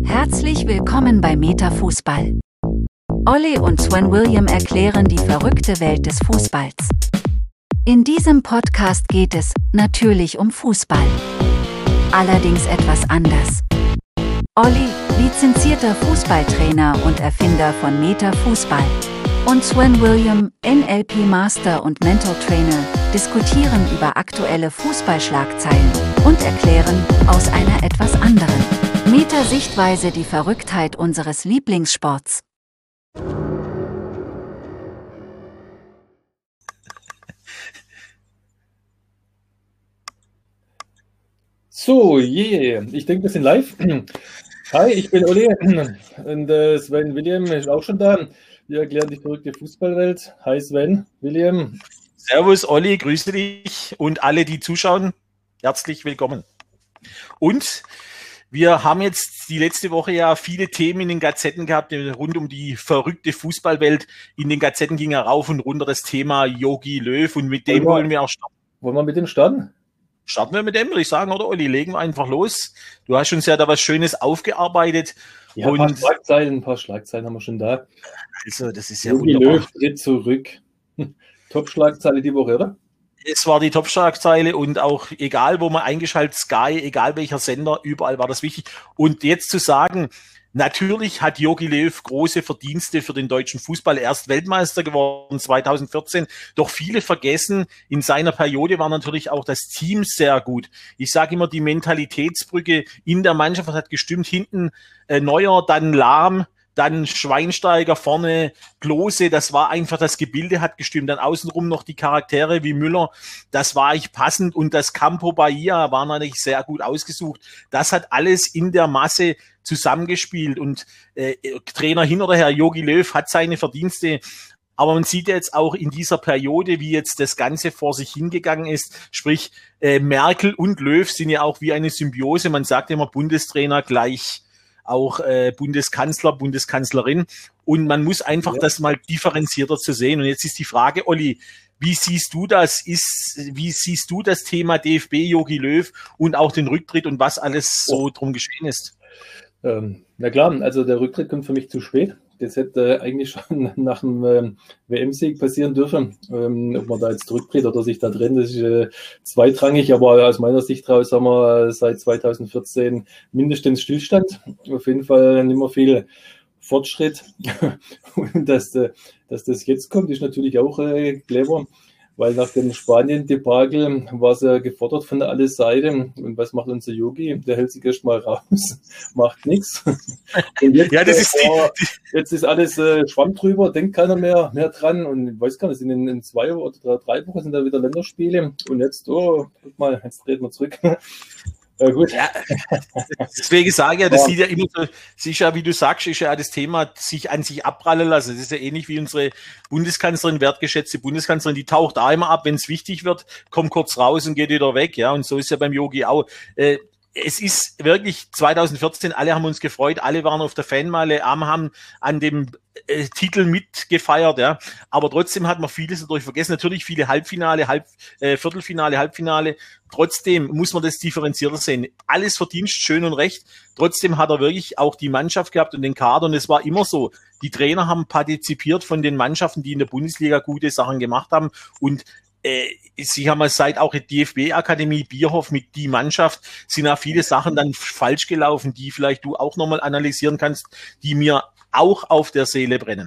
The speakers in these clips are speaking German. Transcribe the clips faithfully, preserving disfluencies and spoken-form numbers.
Herzlich willkommen bei Metafußball. Olli und Sven William erklären die verrückte Welt des Fußballs. In diesem Podcast geht es natürlich um Fußball. Allerdings etwas anders. Olli, lizenzierter Fußballtrainer und Erfinder von Metafußball, und Sven William, N L P Master und Mental Trainer, diskutieren über aktuelle Fußballschlagzeilen und erklären, aus einer etwas anderen Meta-Sichtweise, die Verrücktheit unseres Lieblingssports. So, yeah. Ich denke, wir sind live. Hi, ich bin Olli und äh, Sven William ist auch schon da. Wir erklären die verrückte Fußballwelt. Hi Sven, William. Servus Olli, grüße dich und alle, die zuschauen, herzlich willkommen. Und wir haben jetzt die letzte Woche ja viele Themen in den Gazetten gehabt, rund um die verrückte Fußballwelt. In den Gazetten ging ja rauf und runter das Thema Jogi Löw und mit dem wollen wir, wollen wir auch starten. Wollen wir mit dem starten? Starten wir mit dem, würde ich sagen, oder Olli? Legen wir einfach los. Du hast uns ja da was Schönes aufgearbeitet. Ja, ein paar Schlagzeilen, ein paar Schlagzeilen haben wir schon da. Also, das ist ja Jogi wunderbar. Löw tritt zurück. Top-Schlagzeile die Woche, oder? Es war die Top-Schlagzeile und auch egal, wo man eingeschaltet, Sky, egal welcher Sender, überall war das wichtig. Und jetzt zu sagen, natürlich hat Jogi Löw große Verdienste für den deutschen Fußball. Er ist Weltmeister geworden zweitausendvierzehn. Doch viele vergessen, in seiner Periode war natürlich auch das Team sehr gut. Ich sage immer, die Mentalitätsbrücke in der Mannschaft hat gestimmt. Hinten äh, Neuer, dann Lahm, dann Schweinsteiger, vorne Klose, das war einfach, das Gebilde hat gestimmt. Dann außenrum noch die Charaktere wie Müller, das war eigentlich passend. Und das Campo Bahia war natürlich sehr gut ausgesucht. Das hat alles in der Masse zusammengespielt. Und äh, Trainer hin oder her, Jogi Löw hat seine Verdienste. Aber man sieht ja jetzt auch in dieser Periode, wie jetzt das Ganze vor sich hingegangen ist. Sprich, äh, Merkel und Löw sind ja auch wie eine Symbiose. Man sagt immer Bundestrainer gleich auch äh, Bundeskanzler, Bundeskanzlerin. Und man muss einfach ja. das mal differenzierter zu sehen. Und jetzt ist die Frage, Olli, wie siehst du das? Ist, wie siehst du das Thema D F B, Jogi Löw und auch den Rücktritt und was alles so drum geschehen ist? Ähm, na klar, also der Rücktritt kommt für mich zu spät. Das hätte äh, eigentlich schon nach dem ähm, W M-Sieg passieren dürfen. Ähm, ob man da jetzt zurücktritt oder sich da drin, das ist äh, zweitrangig. Aber aus meiner Sicht raus haben wir seit zweitausendvierzehn mindestens Stillstand. Auf jeden Fall nicht mehr viel Fortschritt. Und dass, äh, dass das jetzt kommt, ist natürlich auch äh, clever. Weil nach dem Spanien-Debakel war es ja gefordert von alle Seiten. Und was macht unser Yogi? Der hält sich erst mal raus, macht nichts. Und jetzt, ja, das ist, äh, die, jetzt ist alles äh, Schwamm drüber, denkt keiner mehr, mehr dran. Und ich weiß gar nicht, in, in zwei oder drei, drei Wochen sind da wieder Länderspiele. Und jetzt, oh, guck mal, jetzt treten wir zurück. Ja, gut. Ja, deswegen sage ich ja, das sieht ja immer so, sicher, wie du sagst, ist ja das Thema, sich an sich abprallen lassen. Das ist ja ähnlich wie unsere Bundeskanzlerin, wertgeschätzte Bundeskanzlerin, die taucht da immer ab, wenn es wichtig wird, kommt kurz raus und geht wieder weg. Ja, und so ist ja beim Yogi auch. Äh, Es ist wirklich zweitausendvierzehn, alle haben uns gefreut, alle waren auf der Fanmeile, haben an dem äh, Titel mitgefeiert, ja. Aber trotzdem hat man vieles dadurch vergessen. Natürlich viele Halbfinale, Halb, äh, Viertelfinale, Halbfinale. Trotzdem muss man das differenzierter sehen. Alles Verdienst, schön und recht. Trotzdem hat er wirklich auch die Mannschaft gehabt und den Kader. Und es war immer so. Die Trainer haben partizipiert von den Mannschaften, die in der Bundesliga gute Sachen gemacht haben. Und Äh, Sie haben seit auch die D F B-Akademie Bierhoff mit die Mannschaft sind auch viele Sachen dann falsch gelaufen, die vielleicht du auch nochmal analysieren kannst, die mir auch auf der Seele brennen.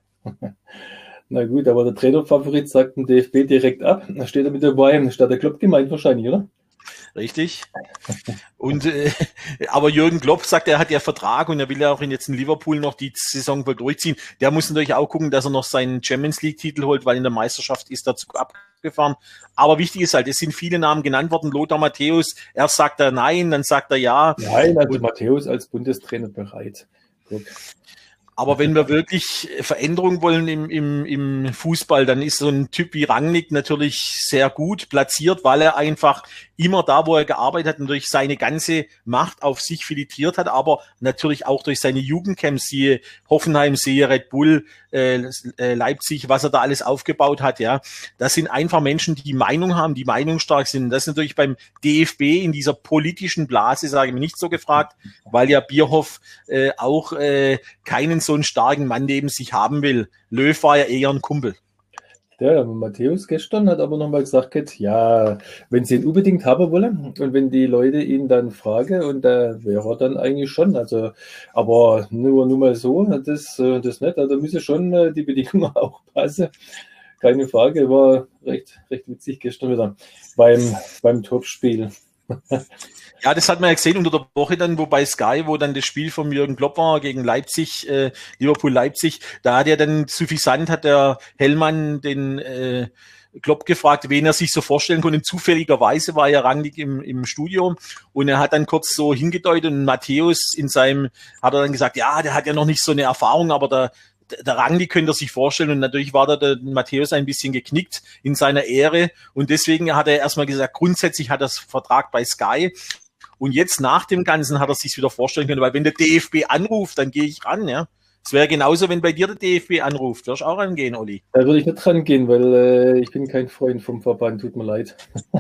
Na gut, aber der Trainerfavorit sagt den D F B direkt ab. Da steht er mit dabei, statt der Klopp gemeint wahrscheinlich, oder? Richtig. Und äh, aber Jürgen Klopp sagt, er hat ja Vertrag und er will ja auch in jetzt in Liverpool noch die Saison voll durchziehen. Der muss natürlich auch gucken, dass er noch seinen Champions League-Titel holt, weil in der Meisterschaft ist dazu abgefahren. Aber wichtig ist halt, es sind viele Namen genannt worden. Lothar Matthäus, erst sagt er nein, dann sagt er ja. Nein, also und Matthäus als Bundestrainer bereit. Gut. Aber wenn wir wirklich Veränderung wollen im, im, im Fußball, dann ist so ein Typ wie Rangnick natürlich sehr gut platziert, weil er einfach immer da, wo er gearbeitet hat, und durch seine ganze Macht auf sich filtriert hat, aber natürlich auch durch seine Jugendcamps, siehe Hoffenheim, siehe Red Bull, äh, Leipzig, was er da alles aufgebaut hat, ja. Das sind einfach Menschen, die Meinung haben, die meinungsstark sind. Das ist natürlich beim D F B in dieser politischen Blase, sage ich mir, nicht so gefragt, weil ja Bierhoff äh, auch äh, keinen so einen starken Mann neben sich haben will. Löw war ja eher ein Kumpel. Ja, Matthäus gestern hat aber nochmal gesagt, ja, wenn sie ihn unbedingt haben wollen und wenn die Leute ihn dann fragen, und da wäre er dann eigentlich schon, also, aber nur, nur mal so, das, das nicht, also da müsse schon die Bedingungen auch passen. Keine Frage, war recht, recht witzig gestern wieder beim, beim Topspiel. Ja, das hat man ja gesehen unter der Woche dann, wo bei Sky, wo dann das Spiel von Jürgen Klopp war gegen Leipzig, äh, Liverpool-Leipzig, da hat er dann suffisant, hat der Hellmann den äh, Klopp gefragt, wen er sich so vorstellen konnte. Zufälligerweise war ja Rangnick im, im Studio und er hat dann kurz so hingedeutet und Matthäus in seinem, hat er dann gesagt, ja, der hat ja noch nicht so eine Erfahrung, aber der Der Rangnick könnte er sich vorstellen und natürlich war da der Matthäus ein bisschen geknickt in seiner Ehre und deswegen hat er erstmal gesagt, grundsätzlich hat er das Vertrag bei Sky und jetzt nach dem Ganzen hat er sich wieder vorstellen können, weil wenn der D F B anruft, dann gehe ich ran, ja. Es wäre genauso, wenn bei dir der D F B anruft. Wirst du auch rangehen, Olli? Da würde ich nicht rangehen, weil äh, ich bin kein Freund vom Verband, tut mir leid.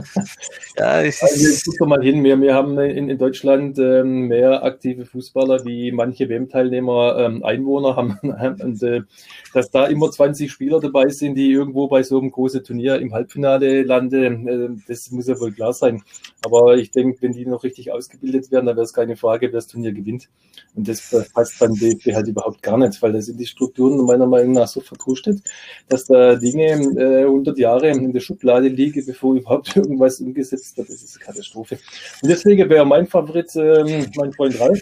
Ja, es ist... Also, guck doch mal hin, wir, wir haben in, in Deutschland ähm, mehr aktive Fußballer, wie manche W M-Teilnehmer ähm, Einwohner haben. Und äh, dass da immer zwanzig Spieler dabei sind, die irgendwo bei so einem großen Turnier im Halbfinale landen, äh, das muss ja wohl klar sein. Aber ich denke, wenn die noch richtig ausgebildet werden, dann wäre es keine Frage, wer das Turnier gewinnt. Und das passt beim D F B halt überhaupt gar nicht, weil da sind die Strukturen meiner Meinung nach so verkrustet, dass da Dinge äh, hundert Jahre in der Schublade liegen, bevor überhaupt irgendwas umgesetzt wird. Das ist eine Katastrophe. Und deswegen wäre mein Favorit äh, mein Freund Ralf.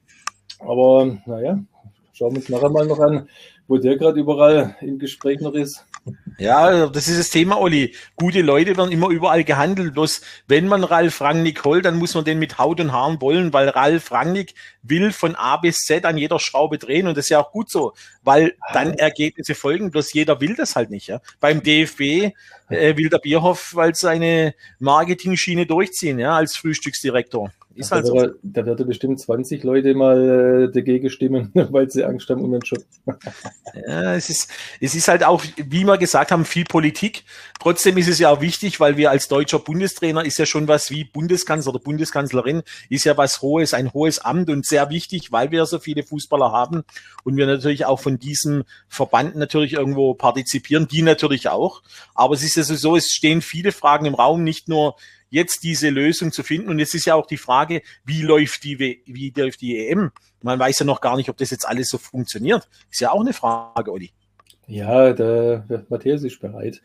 Aber naja, schauen wir uns nachher mal noch an, wo der gerade überall im Gespräch noch ist. Ja, das ist das Thema, Olli. Gute Leute werden immer überall gehandelt. Bloß wenn man Ralf Rangnick holt, dann muss man den mit Haut und Haaren wollen, weil Ralf Rangnick will von A bis Z an jeder Schraube drehen und das ist ja auch gut so, weil dann Ergebnisse folgen. Bloß jeder will das halt nicht. Ja. Beim D F B äh, will der Bierhoff, weil seine Marketing-Schiene durchziehen, ja, als Frühstücksdirektor. Ist halt da, so. wird, da werden bestimmt zwanzig Leute mal äh, dagegen stimmen, weil sie Angst haben um den Job. Ja, es ist, es ist halt auch, wie wir gesagt haben, viel Politik. Trotzdem ist es ja auch wichtig, weil wir als deutscher Bundestrainer ist ja schon was wie Bundeskanzler oder Bundeskanzlerin, ist ja was Hohes, ein hohes Amt und sehr wichtig, weil wir so viele Fußballer haben und wir natürlich auch von diesem Verband natürlich irgendwo partizipieren, die natürlich auch. Aber es ist ja so, es stehen viele Fragen im Raum, nicht nur jetzt diese Lösung zu finden. Und jetzt ist ja auch die Frage, wie läuft die, wie läuft die E M? Man weiß ja noch gar nicht, ob das jetzt alles so funktioniert. Ist ja auch eine Frage, Olli. Ja, der, der Matthäus ist bereit.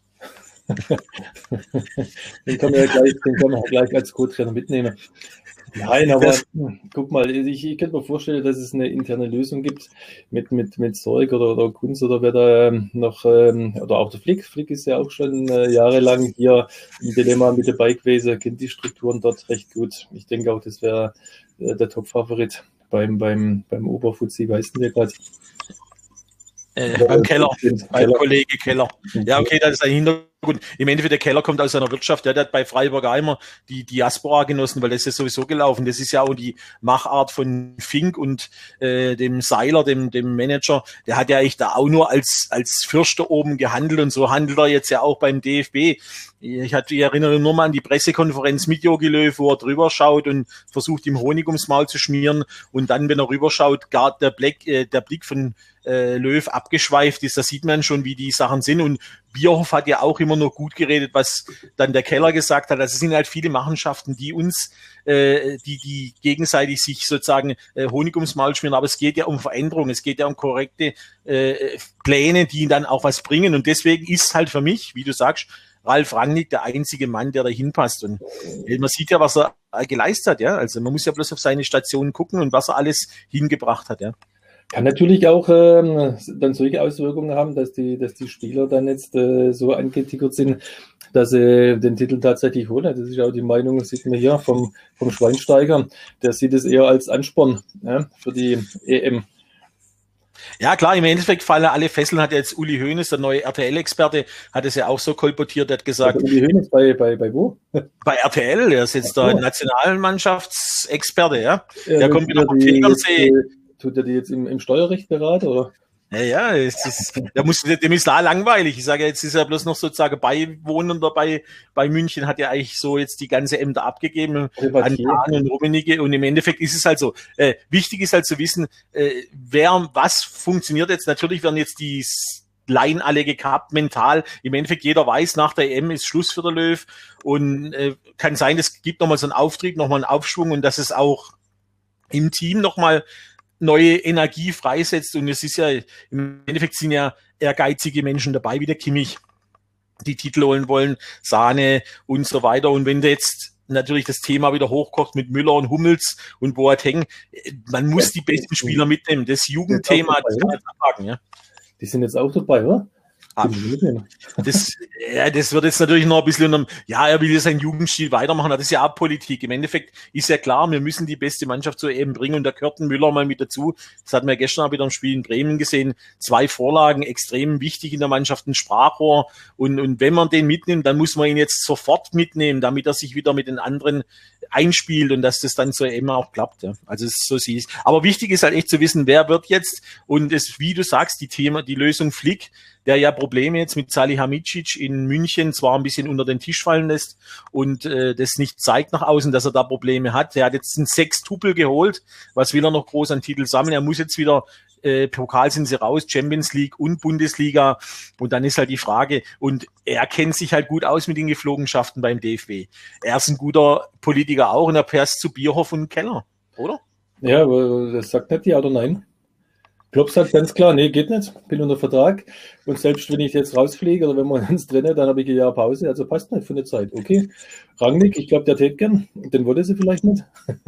Den kann man ja gleich, den kann man ja gleich als Co-Trainer mitnehmen. Nein, aber das, guck mal, ich, ich könnte mir vorstellen, dass es eine interne Lösung gibt mit, mit, mit Sorg oder, oder Kunz oder wer da noch, ähm, oder auch der Flick. Flick ist ja auch schon äh, jahrelang hier im Dilemma mit dabei gewesen, kennt die Strukturen dort recht gut. Ich denke auch, das wäre äh, der Top-Favorit beim, beim, beim Oberfuzzi, weißt du ja gerade. Äh, beim Keller, beim Kollege Keller. Ja, okay, das ist ein Hintergrund. Im Endeffekt, der Keller kommt aus einer Wirtschaft, der hat bei Freiburg auch immer die Diaspora genossen, weil das ist sowieso gelaufen. Das ist ja auch die Machart von Fink und äh, dem Seiler, dem, dem Manager. Der hat ja echt da auch nur als, als Fürster oben gehandelt und so handelt er jetzt ja auch beim D F B. Ich, hatte, ich erinnere nur mal an die Pressekonferenz mit Jogi Löw, wo er drüber schaut und versucht, ihm Honig ums Maul zu schmieren und dann, wenn er rüberschaut, gar der Blick, äh, der Blick von äh, Löw abgeschweift ist. Da sieht man schon, wie die Sachen sind und Bierhoff hat ja auch immer nur gut geredet, was dann der Keller gesagt hat. Also es sind halt viele Machenschaften, die uns, äh, die, die gegenseitig sich sozusagen äh, Honig ums Maul schmieren. Aber es geht ja um Veränderung, es geht ja um korrekte äh, Pläne, die dann auch was bringen. Und deswegen ist halt für mich, wie du sagst, Ralf Rangnick der einzige Mann, der da hinpasst. Und man sieht ja, was er geleistet hat. Ja, also man muss ja bloß auf seine Stationen gucken und was er alles hingebracht hat. Ja. Kann natürlich auch ähm, dann solche Auswirkungen haben, dass die, dass die Spieler dann jetzt äh, so angetickert sind, dass sie den Titel tatsächlich holen. Das ist auch die Meinung, das sieht man hier vom, vom Schweinsteiger. Der sieht es eher als Ansporn, ja, für die E M. Ja, klar, im Endeffekt fallen alle Fesseln, hat jetzt Uli Hoeneß, der neue R T L-Experte, hat es ja auch so kolportiert, hat gesagt. Also Uli Hoeneß bei, bei, bei wo? Bei R T L, er ist jetzt der Nationalmannschaftsexperte, ja. Ja, Der kommt wieder vom Tegernsee. Tut er die jetzt im, im Steuerrecht beraten, oder? Ja, ja, es ist, der muss, dem ist da langweilig. Ich sage, jetzt ist er bloß noch sozusagen Beiwohner bei, bei München, hat ja eigentlich so jetzt die ganze Ämter abgegeben an Kahn und Rummenigge. Und im Endeffekt ist es halt so, äh, wichtig ist halt zu wissen, äh, wer, was funktioniert jetzt. Natürlich werden jetzt die Laien alle gekappt, mental. Im Endeffekt jeder weiß, nach der E M ist Schluss für der Löw. Und äh, kann sein, es gibt nochmal so einen Auftrieb, nochmal einen Aufschwung und dass es auch im Team nochmal neue Energie freisetzt. Und es ist ja, im Endeffekt sind ja ehrgeizige Menschen dabei, wie der Kimmich, die Titel holen wollen, Sahne und so weiter. Und wenn du jetzt natürlich das Thema wieder hochkocht mit Müller und Hummels und Boateng, man muss die besten Spieler mitnehmen. Das Jugendthema, das kann man sagen, ja. Die sind jetzt auch dabei, oder? Ah, das, ja, das wird jetzt natürlich noch ein bisschen unter, ja, er will ja seinen Jugendstil weitermachen, das ist ja auch Politik. Im Endeffekt ist ja klar, wir müssen die beste Mannschaft zur E M bringen und da gehört ein Müller mal mit dazu. Das hatten wir gestern auch wieder im Spiel in Bremen gesehen. Zwei Vorlagen, extrem wichtig in der Mannschaft, ein Sprachrohr und, und wenn man den mitnimmt, dann muss man ihn jetzt sofort mitnehmen, damit er sich wieder mit den anderen einspielt und dass das dann so immer auch klappt. Ja. Also es ist so sie ist. Aber wichtig ist halt echt zu wissen, wer wird jetzt und es, wie du sagst, die Thema, die Lösung Flick, der ja Probleme jetzt mit Salihamidzic in München zwar ein bisschen unter den Tisch fallen lässt und äh, das nicht zeigt nach außen, dass er da Probleme hat. Er hat jetzt einen Sechstupel geholt. Was will er noch groß an Titel sammeln? Er muss jetzt wieder Äh, Pokal sind sie raus, Champions League und Bundesliga und dann ist halt die Frage und er kennt sich halt gut aus mit den Geflogenschaften beim D F B. Er ist ein guter Politiker auch und er passt zu Bierhoff und Keller, oder? Ja, aber das sagt nicht ja oder nein. Klopp sagt ganz klar, nee, geht nicht, bin unter Vertrag und selbst wenn ich jetzt rausfliege oder wenn wir uns trennen, dann habe ich ein Jahr Pause, also passt nicht für eine Zeit. Okay, Rangnick, ich glaube, der tät gern, den wollte sie vielleicht nicht.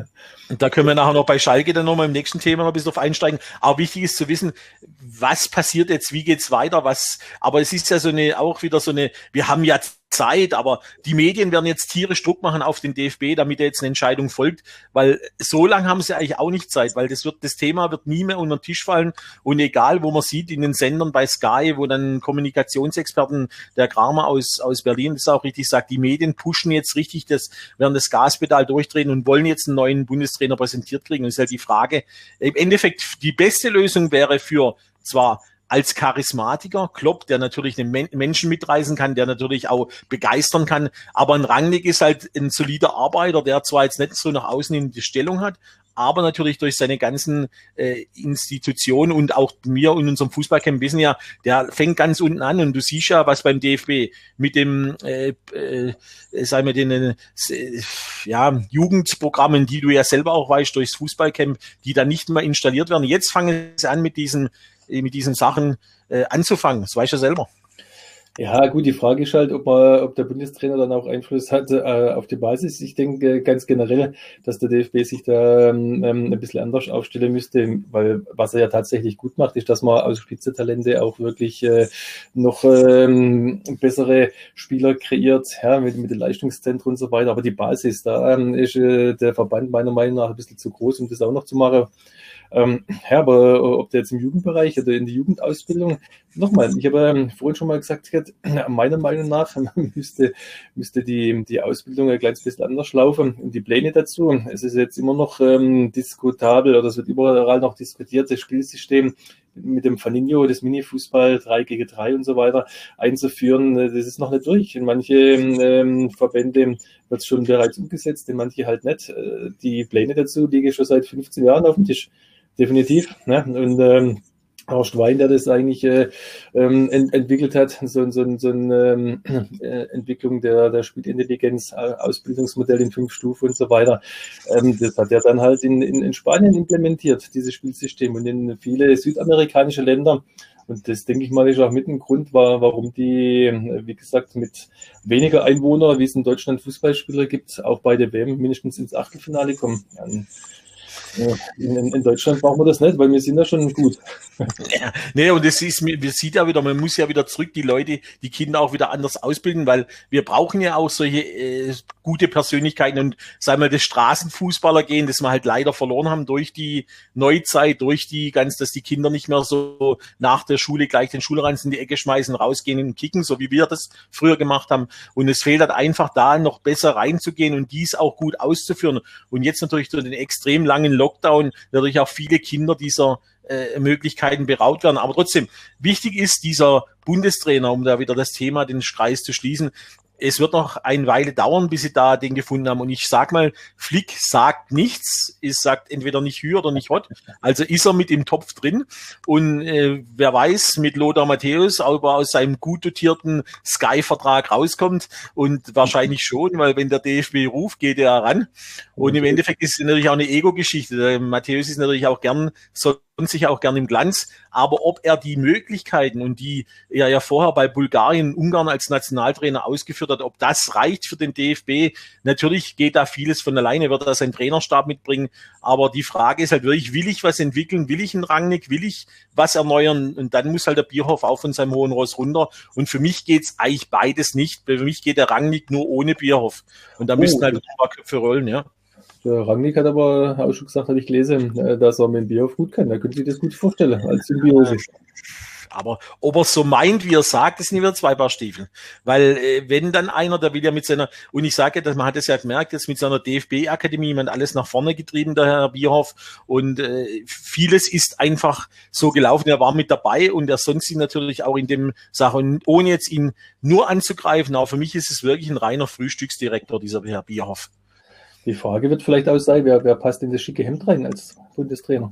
Und da können wir nachher noch bei Schalke dann nochmal im nächsten Thema noch ein bisschen drauf einsteigen. Aber wichtig ist zu wissen, was passiert jetzt, wie geht's weiter, was, aber es ist ja so eine, auch wieder so eine, wir haben ja Zeit, aber die Medien werden jetzt tierisch Druck machen auf den D F B, damit er jetzt eine Entscheidung folgt, weil so lange haben sie eigentlich auch nicht Zeit, weil das wird, das Thema wird nie mehr unter den Tisch fallen und egal, wo man sieht in den Sendern bei Sky, wo dann Kommunikationsexperten, der Kramer aus, aus Berlin das auch richtig sagt, die Medien pushen jetzt richtig, das werden das Gaspedal durchdrehen und wollen jetzt einen neuen Bundestrainer präsentiert kriegen. Und es ist halt die Frage, im Endeffekt, die beste Lösung wäre für zwar als Charismatiker, Klopp, der natürlich den Men- Menschen mitreißen kann, der natürlich auch begeistern kann, aber ein Rangnick ist halt ein solider Arbeiter, der zwar jetzt nicht so nach außen in die Stellung hat, aber natürlich durch seine ganzen äh, Institutionen und auch wir in unserem Fußballcamp wissen ja, der fängt ganz unten an und du siehst ja, was beim D F B mit dem, äh, äh, sagen wir den, äh, ja, Jugendprogrammen, die du ja selber auch weißt, durchs Fußballcamp, die dann nicht mehr installiert werden. Jetzt fangen sie an mit diesen mit diesen Sachen äh, anzufangen. Das weißt du selber. Ja, gut, die Frage ist halt, ob, man, ob der Bundestrainer dann auch Einfluss hat äh, auf die Basis. Ich denke ganz generell, dass der D F B sich da ähm, ein bisschen anders aufstellen müsste, weil was er ja tatsächlich gut macht, ist, dass man aus Spitzentalente auch wirklich äh, noch ähm, bessere Spieler kreiert, ja, mit, mit den Leistungszentren und so weiter. Aber die Basis, da ähm, ist äh, der Verband meiner Meinung nach ein bisschen zu groß, um das auch noch zu machen. Ähm, ja, aber ob der jetzt im Jugendbereich oder in die Jugendausbildung, nochmal, ich habe ähm, vorhin schon mal gesagt, meiner Meinung nach müsste, müsste die, die Ausbildung ein kleines bisschen anders laufen und die Pläne dazu. Es ist jetzt immer noch ähm, diskutabel oder es wird überall noch diskutiert, das Spielsystem mit dem Faninho, das Mini-Fußball drei gegen drei und so weiter einzuführen, das ist noch nicht durch. In manche ähm, Verbände wird es schon bereits umgesetzt, in manche halt nicht. Die Pläne dazu liegen schon seit fünfzehn Jahren auf dem Tisch. Definitiv. Ne? Und ähm, Horst Wein, der das eigentlich äh, ähm, ent- entwickelt hat, so, so, so eine ähm, äh, Entwicklung der, der Spielintelligenz, äh, Ausbildungsmodell in fünf Stufen und so weiter, ähm, das hat er dann halt in, in, in Spanien implementiert, dieses Spielsystem und in viele südamerikanische Länder. Und das, denke ich mal, ist auch mit ein Grund, war, warum die, wie gesagt, mit weniger Einwohnern, wie es in Deutschland Fußballspieler gibt, auch bei der W M mindestens ins Achtelfinale kommen. In, in Deutschland brauchen wir das nicht, weil wir sind ja schon gut. Ja, nee, und es ist, wir sieht ja wieder, man muss ja wieder zurück die Leute, die Kinder auch wieder anders ausbilden, weil wir brauchen ja auch solche äh, gute Persönlichkeiten und sagen wir, das Straßenfußballer gehen, das wir halt leider verloren haben durch die Neuzeit, durch die ganz, dass die Kinder nicht mehr so nach der Schule gleich den Schulranzen in die Ecke schmeißen, rausgehen und kicken, so wie wir das früher gemacht haben. Und es fehlt halt einfach da noch besser reinzugehen und dies auch gut auszuführen. Und jetzt natürlich durch den extrem langen Lockdown natürlich auch viele Kinder dieser äh, Möglichkeiten beraubt werden. Aber trotzdem, wichtig ist dieser Bundestrainer, um da wieder das Thema, den Kreis zu schließen. Es wird noch eine Weile dauern, bis sie da den gefunden haben. Und ich sag mal, Flick sagt nichts. Es sagt entweder nicht Hü oder nicht Hot. Also ist er mit im Topf drin. Und äh, wer weiß, mit Lothar Matthäus, ob er aus seinem gut dotierten Sky-Vertrag rauskommt. Und wahrscheinlich schon, weil wenn der D F B ruft, geht er ran. Und im Endeffekt ist es natürlich auch eine Ego-Geschichte. Der Matthäus ist natürlich auch gern, soll sich auch gern im Glanz, aber ob er die Möglichkeiten und die er ja vorher bei Bulgarien, Ungarn als Nationaltrainer ausgeführt hat, ob das reicht für den D F B, natürlich geht da vieles von alleine, wird er seinen Trainerstab mitbringen, aber die Frage ist halt wirklich, will ich was entwickeln, will ich einen Rangnick, will ich was erneuern und dann muss halt der Bierhoff auch von seinem hohen Ross runter und für mich geht's eigentlich beides nicht, für mich geht der Rangnick nur ohne Bierhoff und da oh, müssten halt ein paar Köpfe rollen, ja. Der Rangnick hat aber auch schon gesagt, habe ich gelesen, dass er mit dem Bierhoff gut kann. Da könnte sich das gut vorstellen, als Symbiose. Aber ob er so meint, wie er sagt, ist nicht wieder zwei Paar Stiefel. Weil äh, wenn dann einer, der will ja mit seiner, und ich sage ja, man hat es ja gemerkt, jetzt mit seiner D F B-Akademie, man hat alles nach vorne getrieben, der Herr Bierhoff. Und äh, vieles ist einfach so gelaufen. Er war mit dabei und er sonst sich natürlich auch in dem Sachen, ohne jetzt ihn nur anzugreifen. Aber für mich ist es wirklich ein reiner Frühstücksdirektor, dieser Herr Bierhoff. Die Frage wird vielleicht auch sein, wer, wer passt in das schicke Hemd rein als Bundestrainer?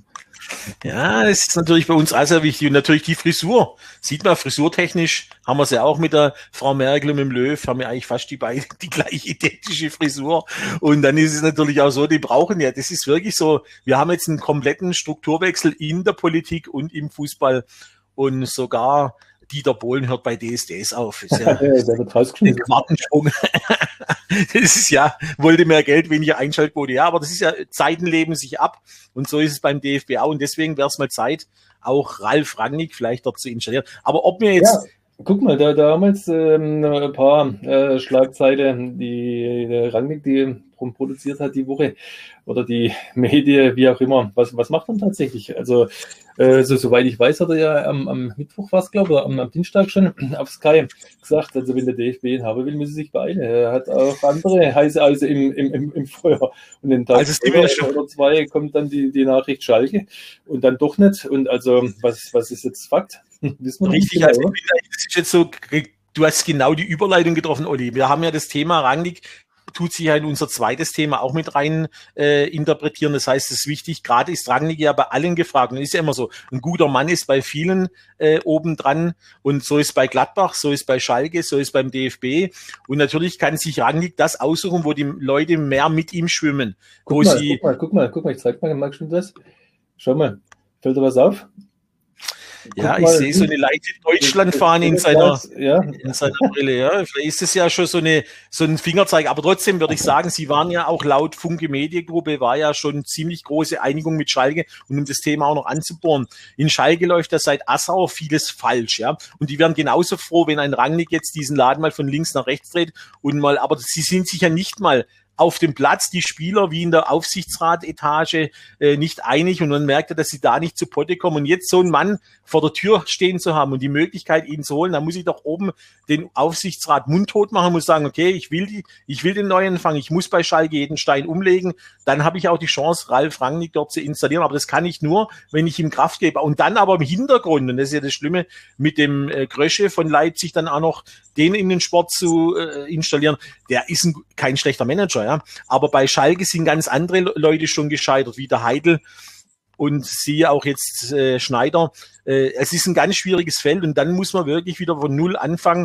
Ja, das ist natürlich bei uns auch sehr wichtig. Und natürlich die Frisur. Sieht man, frisurtechnisch haben wir es ja auch mit der Frau Merkel und mit dem Löw, haben wir eigentlich fast die beiden die gleich identische Frisur. Und dann ist es natürlich auch so, die brauchen ja, das ist wirklich so, wir haben jetzt einen kompletten Strukturwechsel in der Politik und im Fußball und sogar Dieter Bohlen hört bei D S D S auf. Ist ja, ja, der wird rausgeschmissen. Quantensprung. Das ist ja, wollte mehr Geld, weniger Einschaltquote. Ja, aber das ist ja, Zeiten leben sich ab. Und so ist es beim D F B auch. Und deswegen wäre es mal Zeit, auch Ralf Rangnick vielleicht dort zu installieren. Aber ob mir jetzt... Ja. Guck mal, da, da haben wir jetzt ähm, ein paar äh, Schlagzeilen, die der Rangnick, die produziert hat die Woche oder die Medien, wie auch immer. Was, was macht man tatsächlich? Also, äh, so, soweit ich weiß, hat er ja am, am Mittwoch was, glaube ich, oder am, am Dienstag schon auf Sky gesagt, also wenn der D F B ihn haben will, müsse sich beeilen. Er hat auch andere heiße Eise im, im, im, im Feuer. Und den Tag also später oder zwei kommt dann die, die Nachricht Schalke und dann doch nicht. Und also, was, was ist jetzt Fakt? Wissen wir Richtig, genau, also ich bin, das ist jetzt so, du hast genau die Überleitung getroffen, Olli. Wir haben ja das Thema Rangnick, tut sich ja in unser zweites Thema auch mit rein äh, interpretieren. Das heißt, es ist wichtig, gerade ist Rangnick ja bei allen gefragt. Und ist ja immer so, ein guter Mann ist bei vielen äh, obendran. Und so ist bei Gladbach, so ist bei Schalke, so ist beim D F B. Und natürlich kann sich Rangnick das aussuchen, wo die Leute mehr mit ihm schwimmen. Guck, wo mal, sie guck mal, guck mal, guck mal, ich zeig mal, magst du das? Schau mal, fällt dir was auf? Ja, Guck ich sehe so eine leichte Deutschlandfahne in seiner, ja. in seiner Brille. Ja. Vielleicht ist es ja schon so, eine, so ein Fingerzeig. Aber trotzdem würde ich sagen, Sie waren ja auch laut Funke Mediengruppe, war ja schon ziemlich große Einigung mit Schalke. Und um das Thema auch noch anzubohren, in Schalke läuft ja seit Assauer vieles falsch. Ja. Und die wären genauso froh, wenn ein Rangnick jetzt diesen Laden mal von links nach rechts dreht. Und mal, aber sie sind sich ja nicht mal auf dem Platz, die Spieler wie in der Aufsichtsratetage äh, nicht einig und man merkte, dass sie da nicht zu Potte kommen. Und jetzt so einen Mann vor der Tür stehen zu haben und die Möglichkeit, ihn zu holen, da muss ich doch oben den Aufsichtsrat mundtot machen, muss sagen, okay, ich will die, ich will den Neuanfang, ich muss bei Schalke jeden Stein umlegen, dann habe ich auch die Chance, Ralf Rangnick dort zu installieren, aber das kann ich nur, wenn ich ihm Kraft gebe. Und dann aber im Hintergrund, und das ist ja das Schlimme, mit dem äh, Grösche von Leipzig dann auch noch den in den Sport zu äh, installieren, der ist ein, kein schlechter Manager, ja. Aber bei Schalke sind ganz andere Leute schon gescheitert, wie der Heidel und siehe auch jetzt äh, Schneider. Äh, es ist ein ganz schwieriges Feld und dann muss man wirklich wieder von Null anfangen.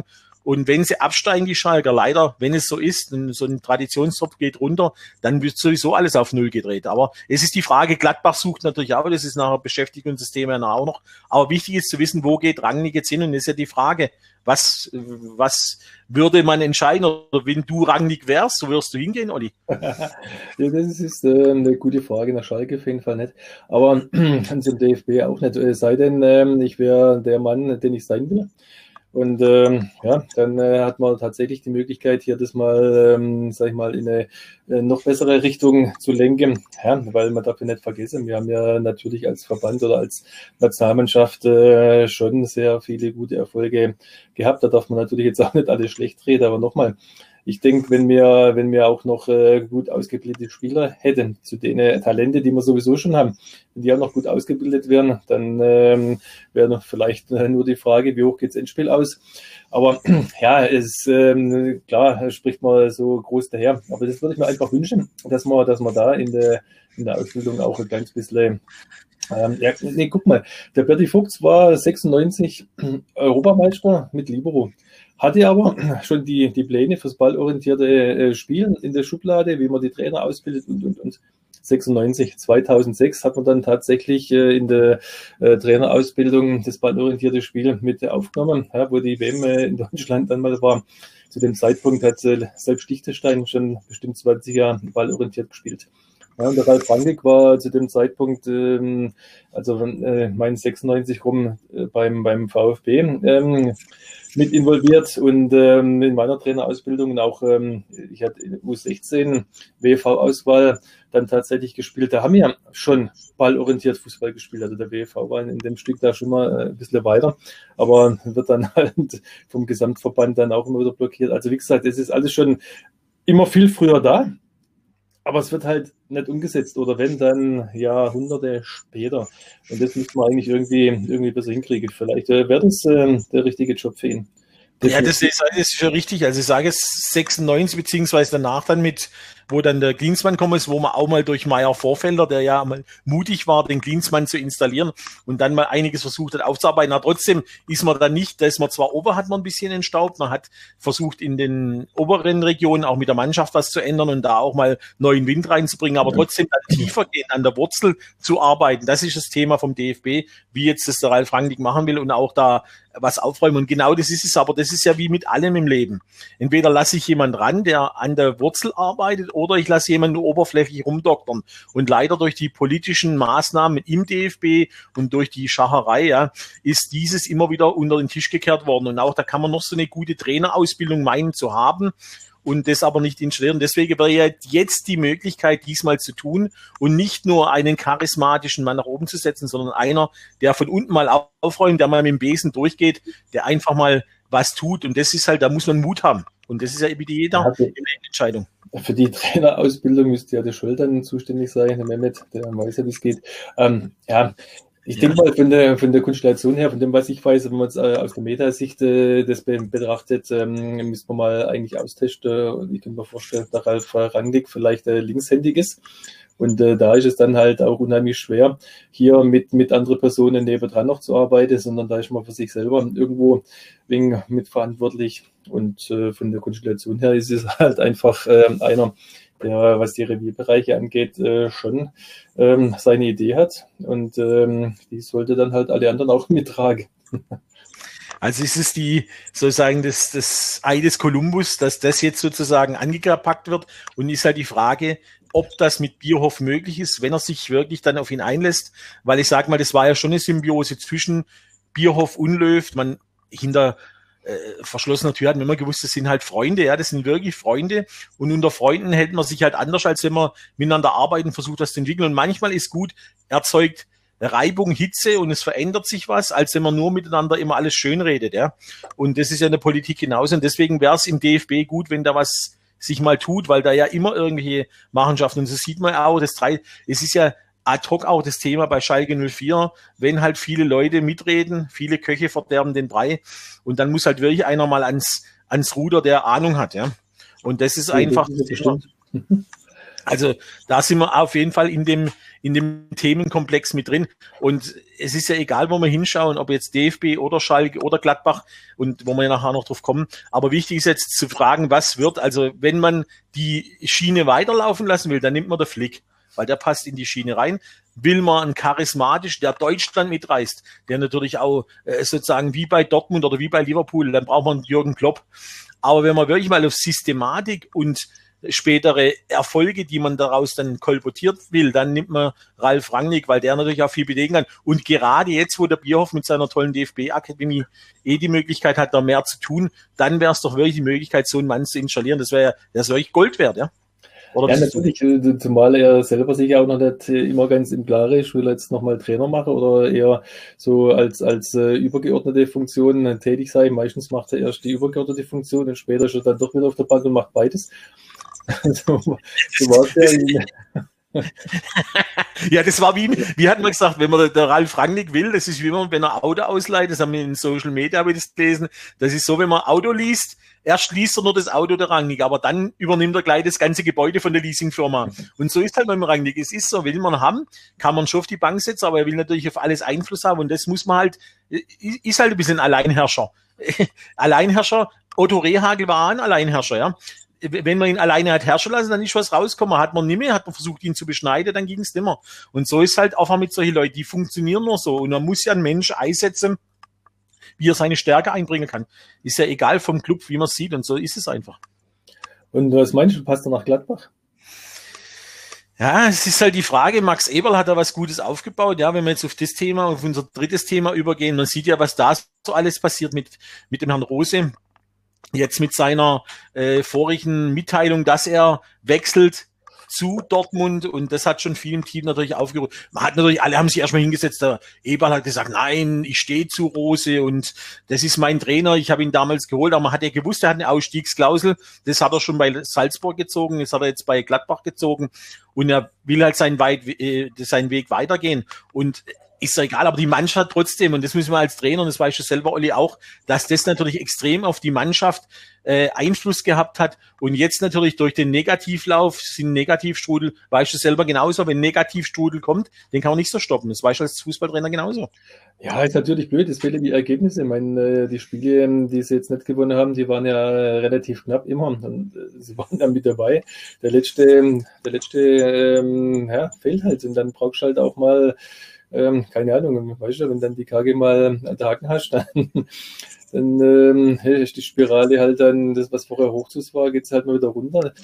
Und wenn sie absteigen, die Schalker, leider, wenn es so ist, so ein Traditionstopf geht runter, dann wird sowieso alles auf Null gedreht. Aber es ist die Frage, Gladbach sucht natürlich auch, das ist nachher beschäftigt uns das Thema ja auch noch. Aber wichtig ist zu wissen, wo geht Rangnick jetzt hin? Und das ist ja die Frage, was, was würde man entscheiden? Oder wenn du Rangnick wärst, wo wirst du hingehen, Olli? Ja, das ist äh, eine gute Frage, nach Schalke auf jeden Fall nicht. Aber zum D F B auch nicht. Es sei denn, äh, ich wäre der Mann, den ich sein will. Und ähm, ja, dann äh, hat man tatsächlich die Möglichkeit, hier das mal, ähm, sag ich mal, in eine äh, noch bessere Richtung zu lenken. Ja, weil man darf ja nicht vergessen, wir haben ja natürlich als Verband oder als Nationalmannschaft äh, schon sehr viele gute Erfolge gehabt. Da darf man natürlich jetzt auch nicht alles schlecht reden, aber nochmal, ich denke, wenn wir, wenn wir auch noch äh, gut ausgebildete Spieler hätten, zu den äh, Talente, die wir sowieso schon haben, wenn die auch noch gut ausgebildet wären, dann ähm, wäre noch vielleicht äh, nur die Frage, wie hoch geht's Endspiel aus. Aber ja, es ähm, klar, spricht man so groß daher. Aber das würde ich mir einfach wünschen, dass man, dass man da in der, in der Ausbildung auch ein kleines bisschen Ähm, ja, nee, guck mal, der Berti Vogts war sechsundneunzig Europameister mit Libero, hatte aber schon die, die Pläne fürs ballorientierte äh, Spielen in der Schublade, wie man die Trainer ausbildet und, und, und. sechsundneunzig, zweitausendsechs hat man dann tatsächlich äh, in der äh, Trainerausbildung das ballorientierte Spiel mit aufgenommen, ja, wo die W M äh, in Deutschland dann mal war. Zu dem Zeitpunkt hat äh, selbst Liechtenstein schon bestimmt zwanzig Jahre ballorientiert gespielt. Ja, und der Ralf Rangnick war zu dem Zeitpunkt, ähm, also äh, mein sechsundneunzig rum äh, beim, beim VfB ähm, mit involviert und ähm, in meiner Trainerausbildung und auch, ähm, ich hatte U sechzehn W V-Auswahl dann tatsächlich gespielt. Da haben wir schon ballorientiert Fußball gespielt. Also der W V war in dem Stück da schon mal äh, ein bisschen weiter, aber wird dann halt vom Gesamtverband dann auch immer wieder blockiert. Also wie gesagt, es ist alles schon immer viel früher da. Aber es wird halt nicht umgesetzt oder wenn, dann Jahrhunderte später. Und das müsste man eigentlich irgendwie, irgendwie besser hinkriegen. Vielleicht äh, wäre das äh, der richtige Job für ihn. Ja, das ist, das ist schon richtig. Also ich sage es sechsundneunzig, beziehungsweise danach dann mit, wo dann der Klinsmann gekommen ist, wo man auch mal durch Meier Vorfelder, der ja mal mutig war, den Klinsmann zu installieren und dann mal einiges versucht hat aufzuarbeiten. Aber trotzdem ist man da nicht, da ist man zwar ober, hat man ein bisschen entstaubt, man hat versucht in den oberen Regionen auch mit der Mannschaft was zu ändern und da auch mal neuen Wind reinzubringen, aber trotzdem dann tiefer gehen, an der Wurzel zu arbeiten. Das ist das Thema vom D F B, wie jetzt das der Ralf Rangnick machen will und auch da was aufräumen. Und genau das ist es, aber das ist ja wie mit allem im Leben. Entweder lasse ich jemand ran, der an der Wurzel arbeitet, oder ich lasse jemanden nur oberflächlich rumdoktern. Und leider durch die politischen Maßnahmen im D F B und durch die Schacherei, ja, ist dieses immer wieder unter den Tisch gekehrt worden. Und auch da kann man noch so eine gute Trainerausbildung meinen zu haben und das aber nicht installieren. Deswegen wäre ja jetzt die Möglichkeit, diesmal zu tun und nicht nur einen charismatischen Mann nach oben zu setzen, sondern einer, der von unten mal aufräumt, der mal mit dem Besen durchgeht, der einfach mal was tut. Und das ist halt, da muss man Mut haben. Und das ist ja wie jeder also, Entscheidung. Für die Trainerausbildung müsste ja der Scholl dann zuständig sein, der Mehmet, der weiß ja, wie es geht. Ähm, ja, Ich ja. denke mal, von der, von der Konstellation her, von dem, was ich weiß, wenn man es äh, aus der Metasicht äh, das be- betrachtet, ähm, müssen wir mal eigentlich austesten. Und ich kann mir vorstellen, dass Ralf Rangnick vielleicht äh, linkshändig ist. Und äh, da ist es dann halt auch unheimlich schwer, hier mit, mit anderen Personen nebendran noch zu arbeiten, sondern da ist man für sich selber irgendwo wegen mitverantwortlich. Und äh, von der Konstellation her ist es halt einfach äh, einer, der, was die Revierbereiche angeht, äh, schon ähm, seine Idee hat. Und ähm, die sollte dann halt alle anderen auch mittragen. Also ist es die, sozusagen, das, das Ei des Kolumbus, dass das jetzt sozusagen angepackt wird und ist halt die Frage, ob das mit Bierhoff möglich ist, wenn er sich wirklich dann auf ihn einlässt, weil ich sage mal, das war ja schon eine Symbiose zwischen Bierhoff und Löw, man hinter äh, verschlossener Tür hat man immer gewusst, das sind halt Freunde, ja, das sind wirklich Freunde und unter Freunden hält man sich halt anders, als wenn man miteinander arbeiten, versucht das zu entwickeln und manchmal ist gut, erzeugt Reibung, Hitze und es verändert sich was, als wenn man nur miteinander immer alles schön redet, ja. Und das ist ja in der Politik genauso und deswegen wäre es im D F B gut, wenn da was sich mal tut, weil da ja immer irgendwelche Machenschaften und so sieht man auch, das drei, es ist ja ad hoc auch das Thema bei Schalke null vier, wenn halt viele Leute mitreden, viele Köche verderben den Brei und dann muss halt wirklich einer mal ans, ans Ruder, der Ahnung hat, ja. Und das ist einfach, Ja, also da sind wir auf jeden Fall in dem, in dem Themenkomplex mit drin. Und es ist ja egal, wo wir hinschauen, ob jetzt D F B oder Schalke oder Gladbach und wo wir ja nachher noch drauf kommen. Aber wichtig ist jetzt zu fragen, was wird. Also wenn man die Schiene weiterlaufen lassen will, dann nimmt man den Flick, weil der passt in die Schiene rein. Will man einen charismatisch, der Deutschland mitreißt, der natürlich auch äh, sozusagen wie bei Dortmund oder wie bei Liverpool, dann braucht man Jürgen Klopp. Aber wenn man wirklich mal auf Systematik und spätere Erfolge, die man daraus dann kolportiert will, dann nimmt man Ralf Rangnick, weil der natürlich auch viel bewegen kann. Und gerade jetzt, wo der Bierhoff mit seiner tollen D F B-Akademie eh die Möglichkeit hat, da mehr zu tun, dann wäre es doch wirklich die Möglichkeit, so einen Mann zu installieren. Das wäre das wäre wirklich Gold wert, ja. Oder ja, natürlich, zumal er selber sich auch noch nicht immer ganz im Klaren ist, will er jetzt nochmal Trainer machen oder eher so als, als äh, übergeordnete Funktion tätig sein. Meistens macht er erst die übergeordnete Funktion und später ist er dann doch wieder auf der Bank und macht beides. so, so war es ja. Ja, das war wie, wie hat man gesagt, wenn man der Ralf Rangnick will, das ist wie man, wenn er Auto ausleiht, das haben wir in Social Media habe ich das gelesen, das ist so, wenn man Auto liest, erst liest er nur das Auto der Rangnick, aber dann übernimmt er gleich das ganze Gebäude von der Leasingfirma. Und so ist halt mit dem Rangnick, es ist so, will man haben, kann man schon auf die Bank setzen, aber er will natürlich auf alles Einfluss haben und das muss man halt, ist halt ein bisschen Alleinherrscher. Alleinherrscher, Otto Rehhagel war ein Alleinherrscher, ja. Wenn man ihn alleine hat herrschen lassen, dann ist was rausgekommen. Hat man nicht mehr, hat man versucht, ihn zu beschneiden, dann ging es nicht mehr. Und so ist halt einfach mit solchen Leuten, die funktionieren nur so. Und man muss ja einen Mensch einsetzen, wie er seine Stärke einbringen kann. Ist ja egal vom Club, wie man es sieht. Und so ist es einfach. Und was meinst du, passt er nach Gladbach? Ja, es ist halt die Frage, Max Eberl hat da was Gutes aufgebaut. Ja, wenn wir jetzt auf das Thema, auf unser drittes Thema übergehen, man sieht ja, was da so alles passiert mit, mit dem Herrn Rose. Jetzt mit seiner äh, vorigen Mitteilung, dass er wechselt zu Dortmund und das hat schon viel im Team natürlich aufgerufen. Man hat natürlich, alle haben sich erstmal hingesetzt, der Eberl hat gesagt, nein, ich stehe zu Rose und das ist mein Trainer, ich habe ihn damals geholt, aber man hat ja gewusst, er hat eine Ausstiegsklausel, das hat er schon bei Salzburg gezogen, das hat er jetzt bei Gladbach gezogen und er will halt seinen, weit, äh, seinen Weg weitergehen und ist ja egal, aber die Mannschaft trotzdem, und das müssen wir als Trainer, und das weißt du selber, Olli, auch, dass das natürlich extrem auf die Mannschaft äh, Einfluss gehabt hat. Und jetzt natürlich durch den Negativlauf, sind Negativstrudel, weißt du selber genauso, wenn Negativstrudel kommt, den kann man nicht so stoppen. Das weißt du als Fußballtrainer genauso. Ja, ist natürlich blöd, es fehlen die Ergebnisse. Ich meine, die Spiele, die sie jetzt nicht gewonnen haben, die waren ja relativ knapp immer. Und sie waren dann mit dabei. Der letzte, der letzte ähm, ja, fehlt halt. Und dann brauchst du halt auch mal Ähm, keine Ahnung, weißt du, wenn dann die K G mal an den Haken hast, dann, dann ähm, ist die Spirale halt dann, das, was vorher Hochzus war, geht's halt mal wieder runter.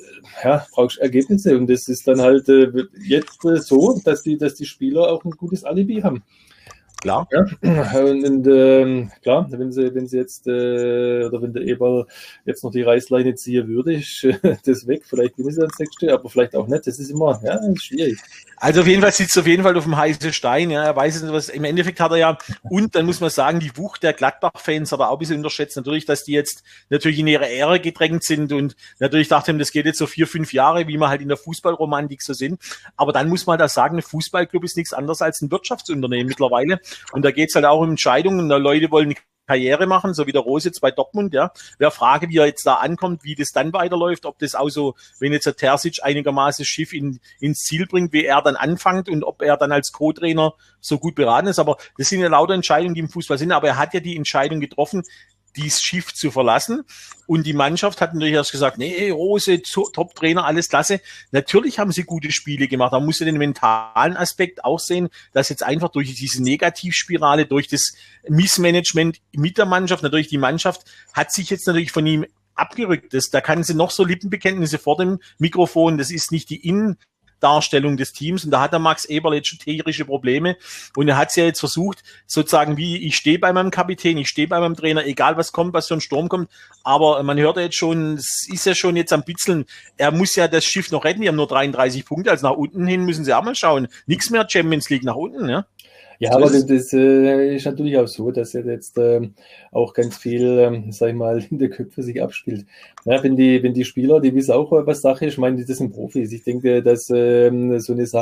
Ja, brauchst Ergebnisse und das ist dann halt äh, jetzt äh, so, dass die, dass die Spieler auch ein gutes Alibi haben. Klar. Ja, und, und ähm, klar, wenn sie, wenn sie jetzt, äh, oder wenn der Eberl jetzt noch die Reißleine ziehen würde, ist äh, das weg. Vielleicht bin ich dann Sechste, aber vielleicht auch nicht. Das ist immer, ja, ist schwierig. Also auf jeden Fall sitzt auf jeden Fall auf dem heißen Stein. Ja, er weiß nicht, was, im Endeffekt hat er ja, und dann muss man sagen, die Wucht der Gladbach-Fans hat er auch ein bisschen unterschätzt. Natürlich, dass die jetzt natürlich in ihre Ära gedrängt sind und natürlich dachte ich, das geht jetzt so vier, fünf Jahre, wie wir halt in der Fußballromantik so sind. Aber dann muss man da sagen, ein Fußballclub ist nichts anderes als ein Wirtschaftsunternehmen mittlerweile. Und da geht's halt auch um Entscheidungen. Da Leute wollen Karriere machen, so wie der Rose jetzt bei Dortmund, ja. Wer frage, wie er jetzt da ankommt, wie das dann weiterläuft, ob das auch so, wenn jetzt der Terzic einigermaßen das Schiff in, ins Ziel bringt, wie er dann anfängt und ob er dann als Co-Trainer so gut beraten ist. Aber das sind ja lauter Entscheidungen, die im Fußball sind. Aber er hat ja die Entscheidung getroffen, dieses Schiff zu verlassen. Und die Mannschaft hat natürlich erst gesagt, nee, Rose, Top-Trainer, alles klasse. Natürlich haben sie gute Spiele gemacht. Man muss ja den mentalen Aspekt auch sehen, dass jetzt einfach durch diese Negativspirale, durch das Missmanagement mit der Mannschaft, natürlich die Mannschaft hat sich jetzt natürlich von ihm abgerückt. Das, da kann sie noch so Lippenbekenntnisse vor dem Mikrofon, das ist nicht die Innen- Darstellung des Teams und da hat der Max Eberl jetzt schon tierische Probleme und er hat es ja jetzt versucht, sozusagen wie, ich stehe bei meinem Kapitän, ich stehe bei meinem Trainer, egal was kommt, was für ein Sturm kommt, aber man hört ja jetzt schon, es ist ja schon jetzt am Bitzeln, er muss ja das Schiff noch retten, die haben nur dreiunddreißig Punkte, also nach unten hin müssen sie auch mal schauen, nichts mehr Champions League nach unten, ja. Ja, So aber ist das, es. das äh, ist natürlich auch so, dass er jetzt ähm, auch ganz viel, ähm, sag ich mal, in der Köpfe sich abspielt. Ja, wenn die, wenn die Spieler, die wissen auch, was Sache ist, ich meine, das sind Profis. Ich denke, dass ähm, so eine Sache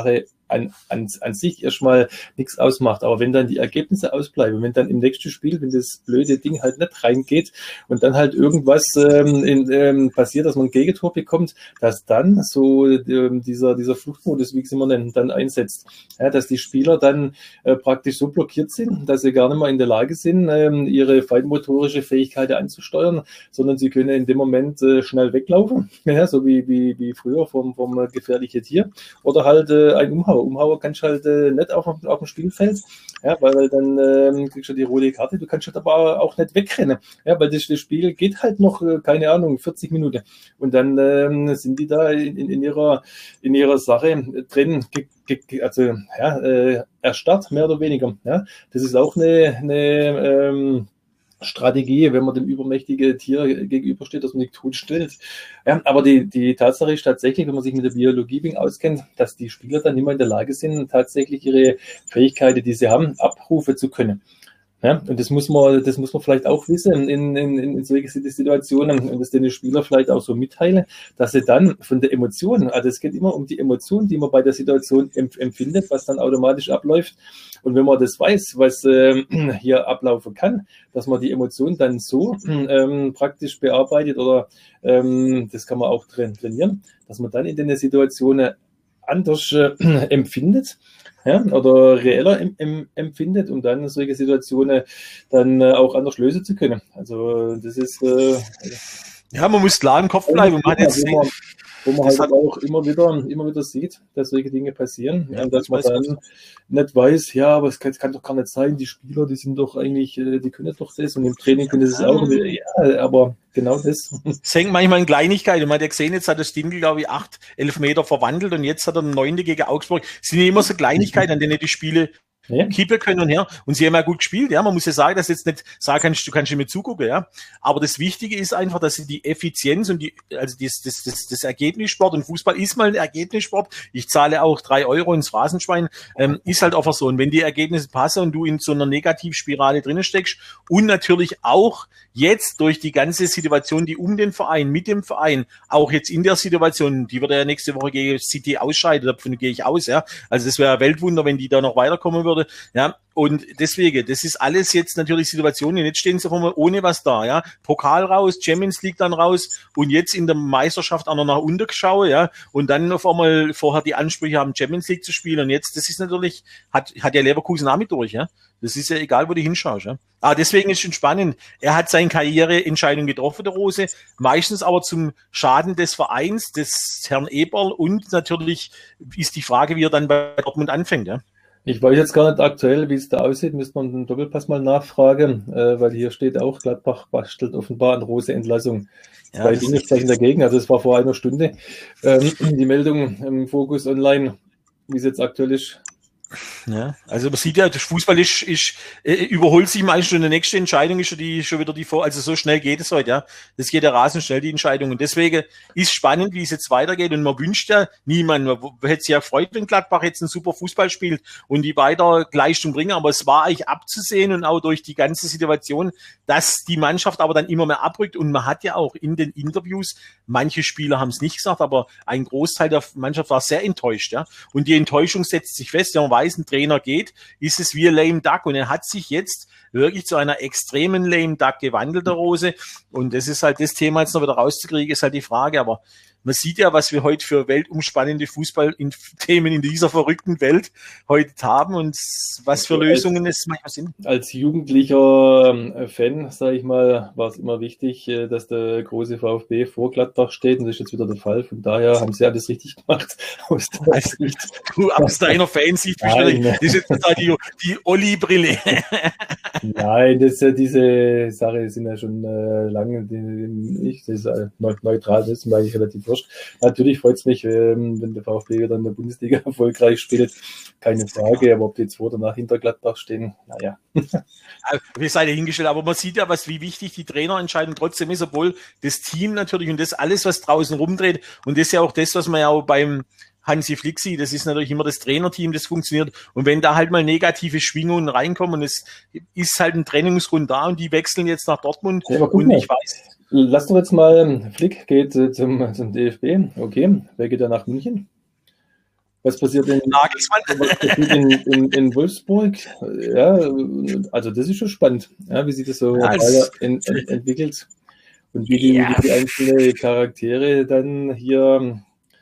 an, an, an sich erstmal nichts ausmacht. Aber wenn dann die Ergebnisse ausbleiben, wenn dann im nächsten Spiel, wenn das blöde Ding halt nicht reingeht und dann halt irgendwas ähm, in, ähm, passiert, dass man ein Gegentor bekommt, dass dann so ähm, dieser, dieser Fluchtmodus, wie ich es immer nenne, dann einsetzt. Ja, dass die Spieler dann äh, praktisch so blockiert sind, dass sie gar nicht mehr in der Lage sind, ähm, ihre feinmotorische Fähigkeit anzusteuern, sondern sie können in dem Moment äh, schnell weglaufen, ja, so wie, wie, wie früher vom, vom äh, gefährlichen Tier, oder halt äh, ein Umhauer. Umhauer kannst du halt äh, nicht auf, auf dem Spielfeld, ja, weil, weil dann ähm, kriegst du die rote Karte, du kannst halt aber auch nicht wegrennen, ja, weil das, das Spiel geht halt noch, äh, keine Ahnung, vierzig Minuten und dann ähm, sind die da in, in, ihrer, in ihrer Sache drin, ge, ge, also ja, äh, erstarrt, mehr oder weniger. Ja. Das ist auch eine, eine ähm, Strategie, wenn man dem übermächtigen Tier gegenübersteht, dass man nicht totstellt. Ja, aber die, die Tatsache ist tatsächlich, wenn man sich mit der Biologie auskennt, dass die Spieler dann nicht mehr in der Lage sind, tatsächlich ihre Fähigkeiten, die sie haben, abrufen zu können. Ja, und das muss man, das muss man vielleicht auch wissen in, in, in solchen Situationen und das den Spieler vielleicht auch so mitteilen, dass sie dann von der Emotion, also es geht immer um die Emotion, die man bei der Situation empfindet, was dann automatisch abläuft. Und wenn man das weiß, was äh, hier ablaufen kann, dass man die Emotion dann so ähm, praktisch bearbeitet oder ähm, das kann man auch trainieren, dass man dann in den Situationen anders äh, empfindet. Ja, oder reeller em, em, empfindet, um dann solche Situationen dann äh, auch anders lösen zu können. Also das ist äh, ja, man muss klar im Kopf bleiben. Man hat jetzt wo man, wo man halt hat auch immer wieder, immer wieder sieht, dass solche Dinge passieren, ja, und dass man dann was. nicht weiß, ja, aber es kann, es kann doch gar nicht sein, die Spieler, die sind doch eigentlich, die können doch das und im Training können sie es auch. Ja, aber genau das. Es hängt manchmal in Kleinigkeiten. Man hat ja gesehen, jetzt hat der Stindl, glaube ich, acht, elf Meter verwandelt und jetzt hat er einen neunte gegen Augsburg. Es sind immer so Kleinigkeiten, an denen die Spiele ja. kippen können und her. Und sie haben ja gut gespielt, ja. Man muss ja sagen, dass jetzt nicht sagen kannst, du kannst nicht mehr zugucken, ja. Aber das Wichtige ist einfach, dass sie die Effizienz und die, also das, das, das, das Ergebnissport und Fußball ist mal ein Ergebnissport. Ich zahle auch drei Euro ins Phrasenschwein, ähm, ist halt einfach so. Und wenn die Ergebnisse passen und du in so einer Negativspirale drinnen steckst und natürlich auch jetzt durch die ganze Situation, die um den Verein, mit dem Verein, auch jetzt in der Situation, die wird ja nächste Woche gegen City ausscheiden, davon gehe ich aus, ja. Also das wäre ein Weltwunder, wenn die da noch weiterkommen würde. Ja, und deswegen, das ist alles jetzt natürlich Situationen, jetzt stehen sie vor mir ohne was da, ja, Pokal raus, Champions League dann raus und jetzt in der Meisterschaft auch noch nach unten geschaut, ja, und dann auf einmal vorher die Ansprüche haben, Champions League zu spielen und jetzt, das ist natürlich, hat, hat ja Leverkusen auch mit durch, ja, das ist ja egal, wo du hinschaust, ja. Ah, deswegen ist es schon spannend, er hat seine Karriereentscheidung getroffen, der Rose, meistens aber zum Schaden des Vereins, des Herrn Eberl und natürlich ist die Frage, wie er dann bei Dortmund anfängt, ja. Ich weiß jetzt gar nicht aktuell, wie es da aussieht, müsste man den Doppelpass mal nachfragen, äh, weil hier steht auch, Gladbach bastelt offenbar an Rose-Entlassung. Ja, zwei Dinge sprechen dagegen, also es war vor einer Stunde ähm, die Meldung im Focus Online, wie es jetzt aktuell ist. Ja, also man sieht ja, der Fußball ist, ist äh, überholt sich meistens schon, die nächste Entscheidung ist schon die schon wieder die vor, also so schnell geht es heute, ja. Das geht ja rasend schnell, die Entscheidung. Und deswegen ist spannend, wie es jetzt weitergeht. Und man wünscht ja niemand, man hätte sich ja gefreut, wenn Gladbach jetzt einen super Fußball spielt und die weiter Leistung bringen. Aber es war eigentlich abzusehen und auch durch die ganze Situation, dass die Mannschaft aber dann immer mehr abrückt. Und man hat ja auch in den Interviews, manche Spieler haben es nicht gesagt, aber ein Großteil der Mannschaft war sehr enttäuscht, ja. Und die Enttäuschung setzt sich fest, ja, man weiß, ein Trainer geht, ist es wie ein lame duck. Und er hat sich jetzt wirklich zu einer extremen lame duck gewandelt, der Rose. Und das ist halt das Thema jetzt noch wieder rauszukriegen, ist halt die Frage. Aber man sieht ja, was wir heute für weltumspannende Fußballthemen in dieser verrückten Welt heute haben und was für Lösungen es manchmal sind. Als jugendlicher Fan, sage ich mal, war es immer wichtig, dass der große VfB vor Gladbach steht und das ist jetzt wieder der Fall. Von daher haben sie alles richtig gemacht. Aus, also, du, aus deiner Fansicht, das ist jetzt total die, die Olli-Brille. Nein, das, diese Sache sind ja schon äh, lange, die, ich, das ist äh, neutral, das ist mir eigentlich relativ wurscht. Natürlich freut es mich, ähm, wenn der VfB wieder in der Bundesliga erfolgreich spielt, keine Frage, aber ob die jetzt vor oder nach hinter Gladbach stehen, naja. Wir seid ja hingestellt, aber man sieht ja, was, wie wichtig die Trainerentscheidung trotzdem ist, obwohl das Team natürlich und das alles, was draußen rumdreht und das ist ja auch das, was man ja auch beim Hansi Flick sieht, das ist natürlich immer das Trainerteam, das funktioniert. Und wenn da halt mal negative Schwingungen reinkommen und es ist halt ein Trennungsgrund da und die wechseln jetzt nach Dortmund ja, und ich weiß. Lass doch jetzt mal, Flick geht äh, zum, zum D F B, okay, wer geht da nach München? Was passiert in, was passiert in, in, in Wolfsburg? Ja, also das ist schon spannend, ja, wie sich das so ja, weiter in, in, entwickelt und wie die, ja. wie die einzelnen Charaktere dann hier.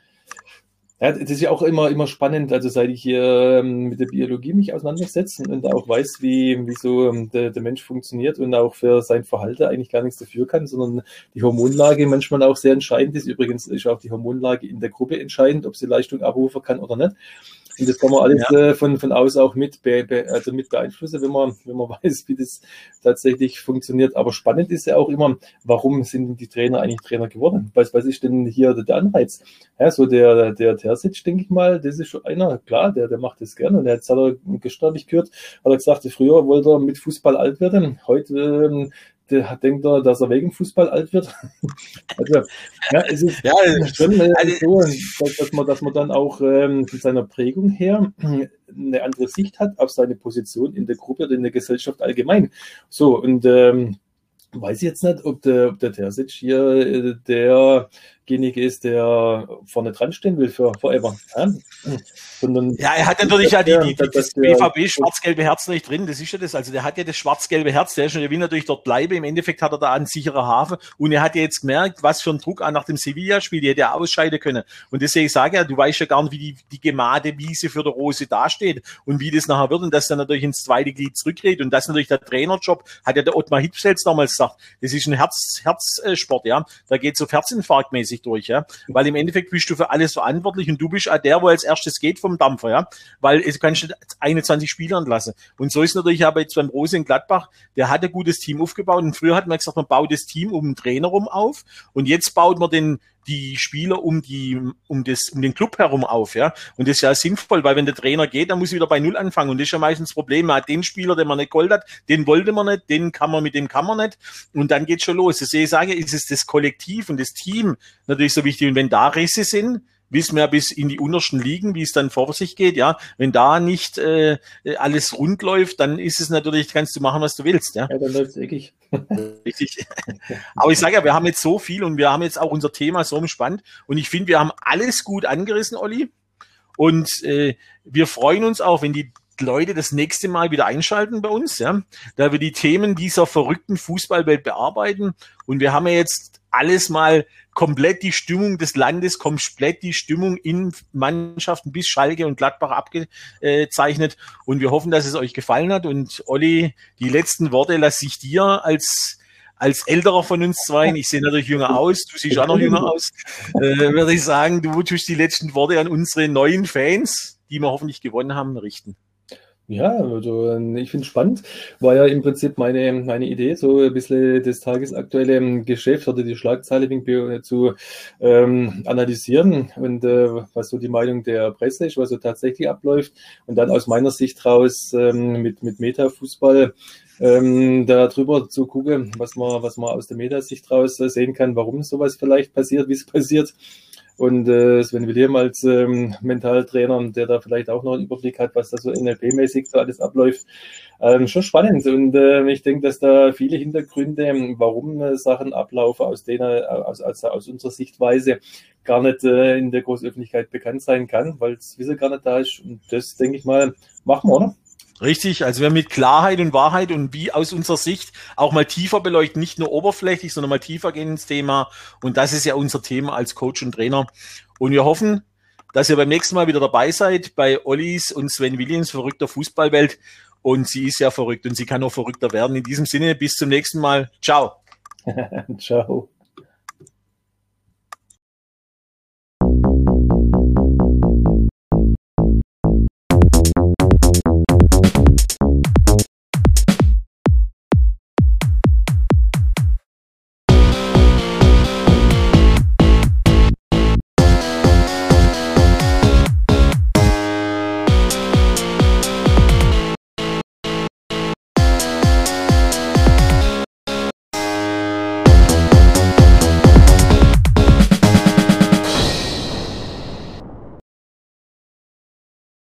Ja, das ist ja auch immer, immer spannend, also seit ich hier mit der Biologie mich auseinandersetze und auch weiß, wie, wie so der, der Mensch funktioniert und auch für sein Verhalten eigentlich gar nichts dafür kann, sondern die Hormonlage manchmal auch sehr entscheidend ist. Übrigens ist auch die Hormonlage in der Gruppe entscheidend, ob sie Leistung abrufen kann oder nicht. Und das kann man alles ja. äh, von, von außen auch mit, be, be, also mit beeinflussen, wenn man, wenn man weiß, wie das tatsächlich funktioniert. Aber spannend ist ja auch immer, warum sind die Trainer eigentlich Trainer geworden? Was, was ist denn hier der Anreiz? Ja, so der, der Terzic, denke ich mal, das ist schon einer, klar, der, der macht das gerne. Und jetzt hat er gestern nicht gehört, hat er gesagt, früher wollte er mit Fußball alt werden. Heute ähm, der denkt er, dass er wegen Fußball alt wird. Also, ja, es ist ja, schon äh, so, dass, dass, man, dass man dann auch ähm, von seiner Prägung her eine andere Sicht hat auf seine Position in der Gruppe oder in der Gesellschaft allgemein. So, und ähm, weiß ich jetzt nicht, ob der, ob der Terzic hier äh, derjenige ist, der vorne dran stehen will für forever. Ja? Sondern ja, er hat natürlich ja die, die, die, das B V B schwarz-gelbe Herz nicht drin, das ist ja das, also der hat ja das schwarz-gelbe Herz, der ist schon, der will natürlich dort bleiben, im Endeffekt hat er da einen sicheren Hafen und er hat ja jetzt gemerkt, was für ein Druck auch nach dem Sevilla-Spiel, die hätte er ausscheiden können und deswegen sage ich ja, du weißt ja gar nicht, wie die, die gemade Wiese für der Rose dasteht und wie das nachher wird und dass er natürlich ins zweite Glied zurückgeht und das natürlich der Trainerjob, hat ja der Ottmar Hitzfeld damals gesagt, das ist ein Herz, Herzsport, ja, da geht so Herzinfarktmäßig durch, ja, weil im Endeffekt bist du für alles verantwortlich und du bist auch der, wo als erstes geht vom Dampfer, ja, weil du kannst nicht einundzwanzig Spieler entlassen. Und so ist natürlich aber jetzt beim Rose in Gladbach, der hat ein gutes Team aufgebaut und früher hat man gesagt, man baut das Team um den Trainer rum auf und jetzt baut man den die Spieler um die um das um den Club herum auf, ja, und das ist ja sinnvoll, weil wenn der Trainer geht, dann muss er wieder bei Null anfangen und das ist ja meistens das Problem, man hat den Spieler, den man nicht geholt hat, den wollte man nicht, den kann man mit dem kann man nicht und dann geht's schon los. Deswegen sage ich, ist es das Kollektiv und das Team natürlich so wichtig und wenn da Risse sind, wissen wir ja bis in die untersten Ligen, wie es dann vor sich geht, ja. Wenn da nicht äh, alles rund läuft, dann ist es natürlich, kannst du machen, was du willst, ja. Ja, dann läuft es eckig. Richtig. Aber ich sage ja, wir haben jetzt so viel und wir haben jetzt auch unser Thema so umspannt und ich finde, wir haben alles gut angerissen, Olli. Und äh, wir freuen uns auch, wenn die Leute das nächste Mal wieder einschalten bei uns, ja, da wir die Themen dieser verrückten Fußballwelt bearbeiten und wir haben ja jetzt alles mal komplett die Stimmung des Landes, komplett die Stimmung in Mannschaften bis Schalke und Gladbach abgezeichnet und wir hoffen, dass es euch gefallen hat und Olli, die letzten Worte lasse ich dir als als älterer von uns zwei, ich sehe natürlich jünger aus, du siehst auch noch jünger aus, äh, würde ich sagen, du tust die letzten Worte an unsere neuen Fans, die wir hoffentlich gewonnen haben, richten. Ja, also ich finde es spannend. War ja im Prinzip meine, meine Idee, so ein bisschen das tagesaktuelle Geschäft oder die Schlagzeile zu ähm, analysieren und äh, was so die Meinung der Presse ist, was so tatsächlich abläuft und dann aus meiner Sicht raus ähm, mit, mit Metafußball ähm, darüber zu gucken, was man, was man aus der Metasicht raus sehen kann, warum sowas vielleicht passiert, wie es passiert. Und äh, Sven William als ähm, Mentaltrainer, der da vielleicht auch noch einen Überblick hat, was da so N L P-mäßig so alles abläuft, ähm, schon spannend. Und äh, ich denke, dass da viele Hintergründe, warum äh, Sachen ablaufen, aus denen, aus, aus, aus unserer Sichtweise gar nicht äh, in der Großöffentlichkeit bekannt sein kann, weil das Wissen gar nicht da ist. Und das, denke ich mal, machen wir, oder? Richtig, also wir mit Klarheit und Wahrheit und wie aus unserer Sicht auch mal tiefer beleuchten, nicht nur oberflächlich, sondern mal tiefer gehen ins Thema. Und das ist ja unser Thema als Coach und Trainer. Und wir hoffen, dass ihr beim nächsten Mal wieder dabei seid bei Ollis und Sven Williams verrückter Fußballwelt. Und sie ist ja verrückt und sie kann noch verrückter werden. In diesem Sinne, bis zum nächsten Mal. Ciao. Ciao.